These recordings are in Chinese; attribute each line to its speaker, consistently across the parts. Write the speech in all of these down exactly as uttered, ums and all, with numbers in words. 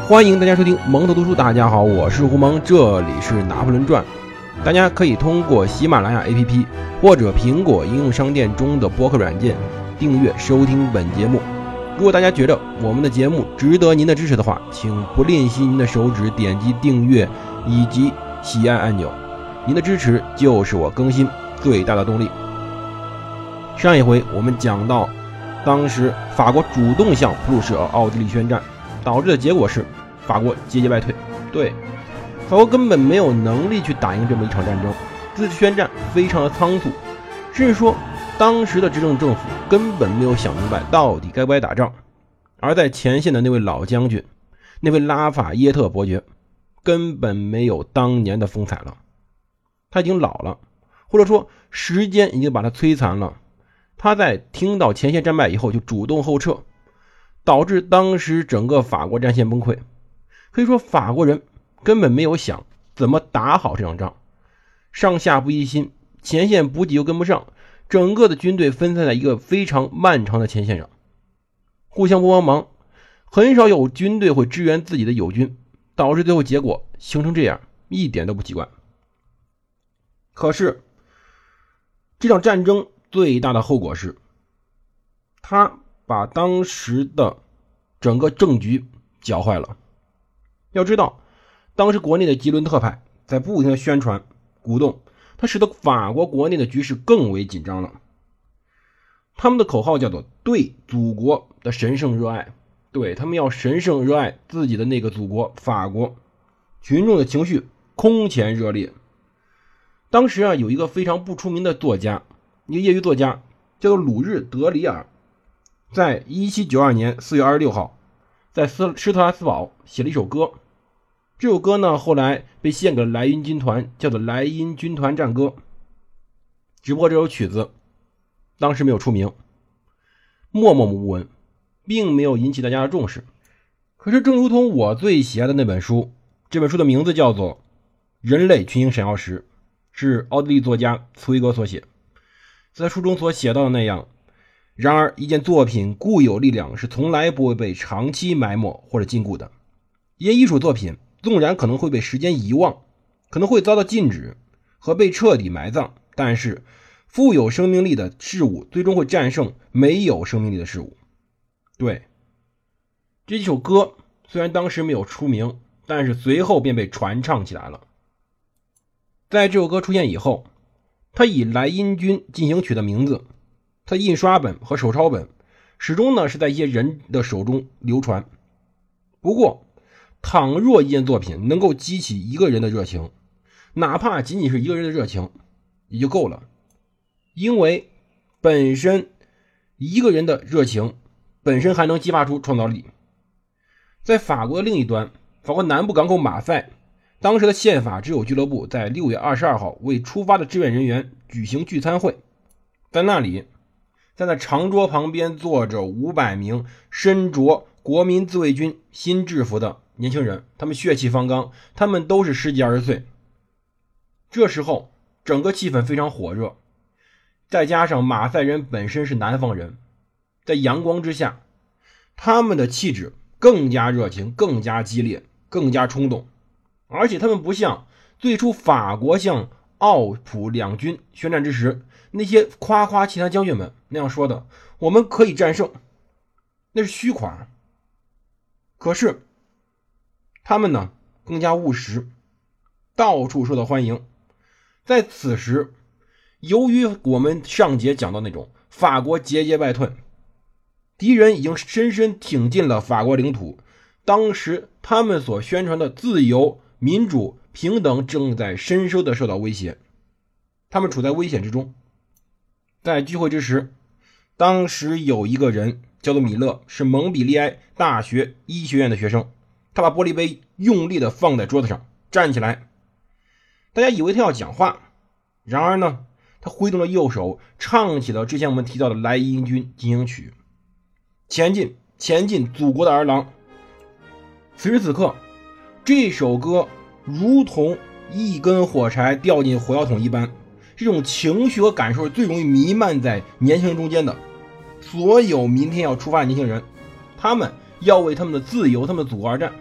Speaker 1: 欢迎大家收听蒙头读书。大家好，我是胡蒙，这里是拿破仑传。大家可以通过喜马拉雅 A P P 或者苹果应用商店中的播客软件订阅收听本节目。如果大家觉得我们的节目值得您的支持的话，请不吝惜您的手指点击订阅以及喜爱按钮，您的支持就是我更新最大的动力。上一回我们讲到，当时法国主动向普鲁士和奥地利宣战，导致的结果是法国节节败退。对，法国根本没有能力去打赢这么一场战争，这次宣战非常的仓促，甚至说当时的执政政府根本没有想明白到底该不该打仗。而在前线的那位老将军，那位拉法耶特伯爵，根本没有当年的风采了，他已经老了，或者说时间已经把他摧残了。他在听到前线战败以后就主动后撤，导致当时整个法国战线崩溃。可以说法国人根本没有想怎么打好这场仗，上下不一心，前线补给又跟不上，整个的军队分散在一个非常漫长的前线上，互相不帮忙，很少有军队会支援自己的友军，导致最后结果形成这样，一点都不奇怪。可是这场战争最大的后果是，他把当时的整个政局搅坏了。要知道，当时国内的吉伦特派在不停的宣传鼓动，它使得法国国内的局势更为紧张了。他们的口号叫做对祖国的神圣热爱，对，他们要神圣热爱自己的那个祖国法国，群众的情绪空前热烈。当时啊，有一个非常不出名的作家，一个业余作家叫做鲁日德里尔，在一七九二年四月二十六号在斯施特拉斯堡写了一首歌。这首歌呢，后来被献给了莱茵军团，叫做莱茵军团战歌。只不过这首曲子当时没有出名，默默无闻，并没有引起大家的重视。可是正如同我最喜爱的那本书，这本书的名字叫做《人类群星闪耀时》，是奥地利作家茨威格所写。在书中所写到的那样，然而一件作品固有力量是从来不会被长期埋没或者禁锢的。一件艺术作品纵然可能会被时间遗忘，可能会遭到禁止和被彻底埋葬，但是富有生命力的事物最终会战胜没有生命力的事物。对，这首歌虽然当时没有出名，但是随后便被传唱起来了。在这首歌出现以后，它以莱茵军进行曲的名字，它的印刷本和手抄本始终呢是在一些人的手中流传。不过倘若一件作品能够激起一个人的热情，哪怕仅仅是一个人的热情也就够了，因为本身一个人的热情本身还能激发出创造力。在法国的另一端，法国南部港口马赛，当时的宪法之友俱乐部在六月二十二号为出发的志愿人员举行聚餐会。在那里，在那长桌旁边坐着五百名身着国民自卫军新制服的年轻人，他们血气方刚，他们都是十几二十岁。这时候整个气氛非常火热，再加上马赛人本身是南方人，在阳光之下，他们的气质更加热情，更加激烈，更加冲动。而且他们不像最初法国向奥普两军宣战之时那些夸夸其谈将军们那样说的，我们可以战胜，那是虚夸。可是他们呢更加务实，到处受到欢迎。在此时，由于我们上节讲到那种法国节节败退，敌人已经深深挺进了法国领土，当时他们所宣传的自由、民主、平等正在深深的受到威胁，他们处在危险之中。在聚会之时，当时有一个人叫做米勒，是蒙彼利埃大学医学院的学生，他把玻璃杯用力的放在桌子上，站起来。大家以为他要讲话，然而呢，他挥动了右手，唱起了之前我们提到的莱茵军进行曲，前进，前进，祖国的儿郎。此时此刻，这首歌如同一根火柴掉进火药桶一般，这种情绪和感受最容易弥漫在年轻人中间的。所有明天要出发的年轻人，他们要为他们的自由、他们的祖国而战，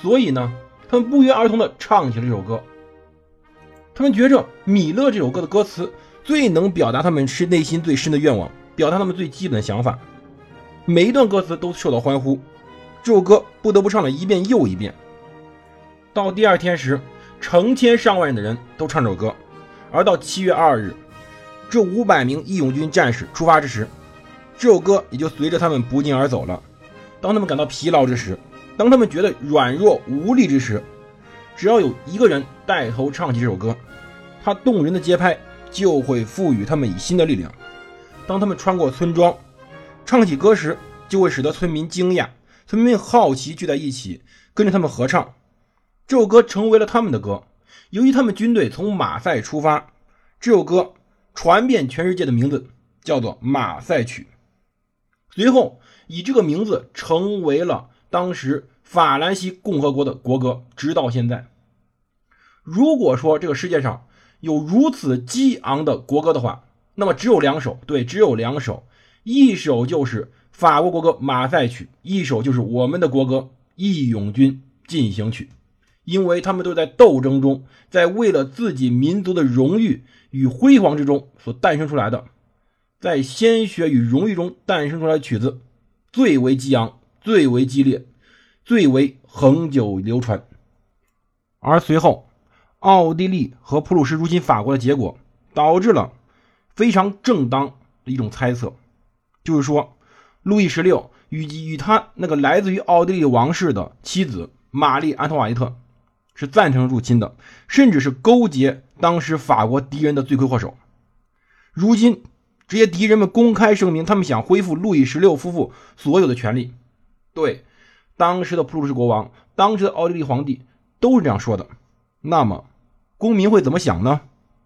Speaker 1: 所以呢，他们不约而同地唱起了这首歌。他们觉着米勒这首歌的歌词最能表达他们是内心最深的愿望，表达他们最基本的想法，每一段歌词都受到欢呼，这首歌不得不唱了一遍又一遍。到第二天时，成千上万人的人都唱这首歌，而到七月二日，这五百名义勇军战士出发之时，这首歌也就随着他们不胫而走了。当他们感到疲劳之时，当他们觉得软弱无力之时，只要有一个人带头唱起这首歌，他动人的节拍就会赋予他们以新的力量。当他们穿过村庄，唱起歌时，就会使得村民惊讶，村民好奇聚在一起，跟着他们合唱。这首歌成为了他们的歌。由于他们军队从马赛出发，这首歌传遍全世界的名字叫做马赛曲。随后以这个名字成为了当时法兰西共和国的国歌，直到现在。如果说这个世界上有如此激昂的国歌的话，那么只有两首，对，只有两首，一首就是法国国歌马赛曲，一首就是我们的国歌义勇军进行曲。因为他们都在斗争中，在为了自己民族的荣誉与辉煌之中所诞生出来的，在鲜血与荣誉中诞生出来的曲子，最为激昂，最为激烈，最为恒久流传。而随后奥地利和普鲁士入侵法国的结果，导致了非常正当的一种猜测，就是说路易十六与与他那个来自于奥地利王室的妻子玛丽安托瓦内特是赞成入侵的，甚至是勾结当时法国敌人的罪魁祸首。如今这些敌人们公开声明，他们想恢复路易十六夫妇所有的权利。对，当时的普鲁士国王，当时的奥地利皇帝都是这样说的。那么公民会怎么想呢？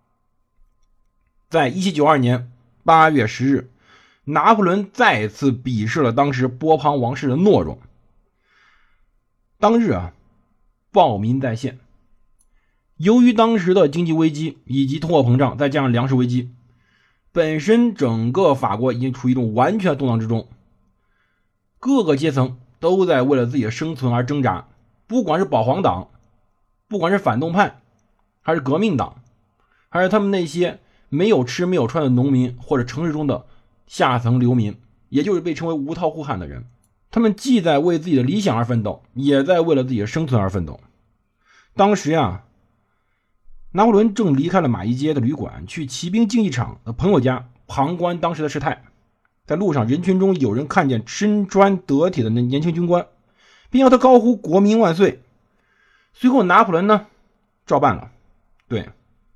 Speaker 1: 在一七九二年八月十日，拿破仑再次鄙视了当时波旁王室的懦弱。当日啊，暴民在线。由于当时的经济危机以及通货膨胀，再加上粮食危机，本身整个法国已经处于一种完全动荡之中，各个阶层都在为了自己的生存而挣扎，不管是保皇党，不管是反动派，还是革命党，还是他们那些没有吃没有穿的农民，或者城市中的下层流民，也就是被称为无套户汉的人，他们既在为自己的理想而奋斗，也在为了自己的生存而奋斗。当时呀，拿破仑正离开了马一街的旅馆，去骑兵竞技场的朋友家旁观当时的事态。在路上，人群中有人看见身穿得体的年轻军官，并要他高呼国民万岁。随后拿破仑呢照办了。对，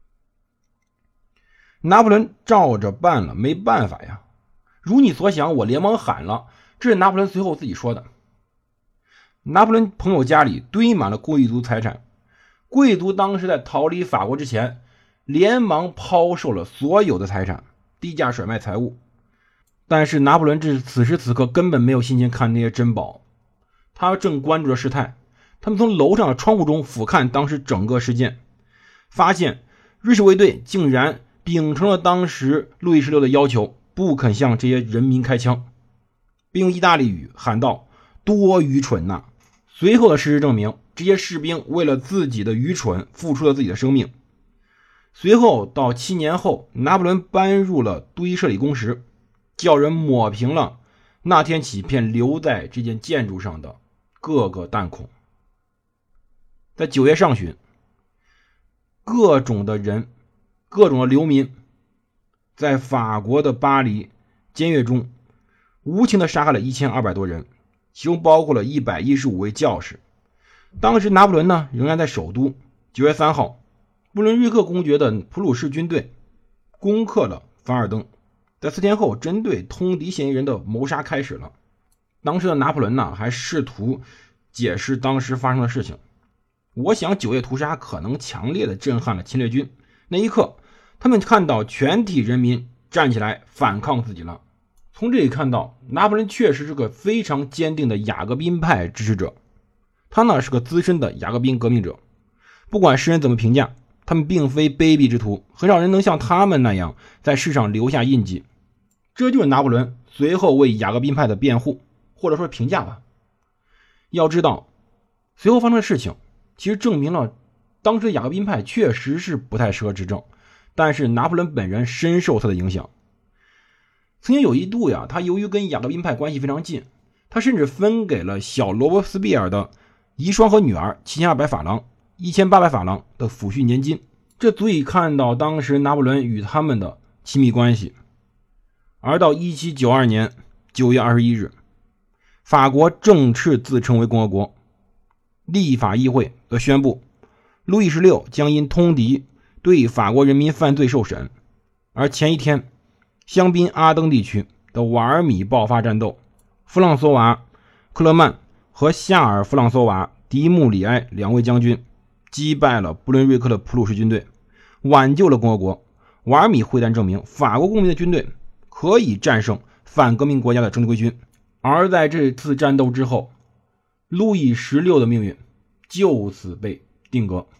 Speaker 1: 拿破仑照着办了，没办法呀。如你所想，我连忙喊了，这是拿破仑随后自己说的。拿破仑朋友家里堆满了贵族财产，贵族当时在逃离法国之前，连忙抛售了所有的财产，低价甩卖财物。但是拿破仑这此时此刻根本没有心情看那些珍宝，他正关注着事态。他们从楼上的窗户中俯瞰当时整个事件，发现瑞士卫队竟然秉承了当时路易十六的要求，不肯向这些人民开枪，并用意大利语喊道：多愚蠢呐！随后的事实证明，这些士兵为了自己的愚蠢付出了自己的生命。随后到七年后，拿破仑搬入了堆舍里宫时，叫人抹平了那天起片留在这件建筑上的各个弹孔。在九月上旬，各种的人，各种的流民，在法国的巴黎监狱中无情地杀害了一千二百多人，其中包括了一百一十五位教士。当时拿破仑呢仍然在首都。九月三号，布伦瑞克公爵的普鲁士军队攻克了凡尔登，在四天后，针对通敌嫌疑人的谋杀开始了。当时的拿破仑呢还试图解释当时发生的事情。我想九月屠杀可能强烈的震撼了侵略军，那一刻他们看到全体人民站起来反抗自己了。从这里看到，拿破仑确实是个非常坚定的雅各宾派支持者，他呢是个资深的雅各宾革命者。不管世人怎么评价，他们并非卑鄙之徒，很少人能像他们那样在世上留下印记。这就是拿破仑随后为雅各宾派的辩护，或者说评价吧。要知道， 随后发生的事情其实证明了当时的雅各宾派确实是不太适合执政，但是拿破仑本人深受他的影响。曾经有一度呀，他由于跟雅各宾派关系非常近，他甚至分给了小罗伯斯庇尔的遗孀和女儿七千二百法郎、一千八百法郎的抚恤年金，这足以看到当时拿破仑与他们的亲密关系。而到一七九二年九月二十一日，法国正式自称为共和国，立法议会则宣布路易十六将因通敌对法国人民犯罪受审。而前一天，香槟阿登地区的瓦尔米爆发战斗，弗朗索瓦·克勒曼和夏尔·弗朗索瓦·迪穆里埃两位将军击败了布伦瑞克的普鲁士军队，挽救了共和国。瓦尔米会战证明法国公民的军队可以战胜反革命国家的正规军。而在这次战斗之后，路易十六的命运就此被定格。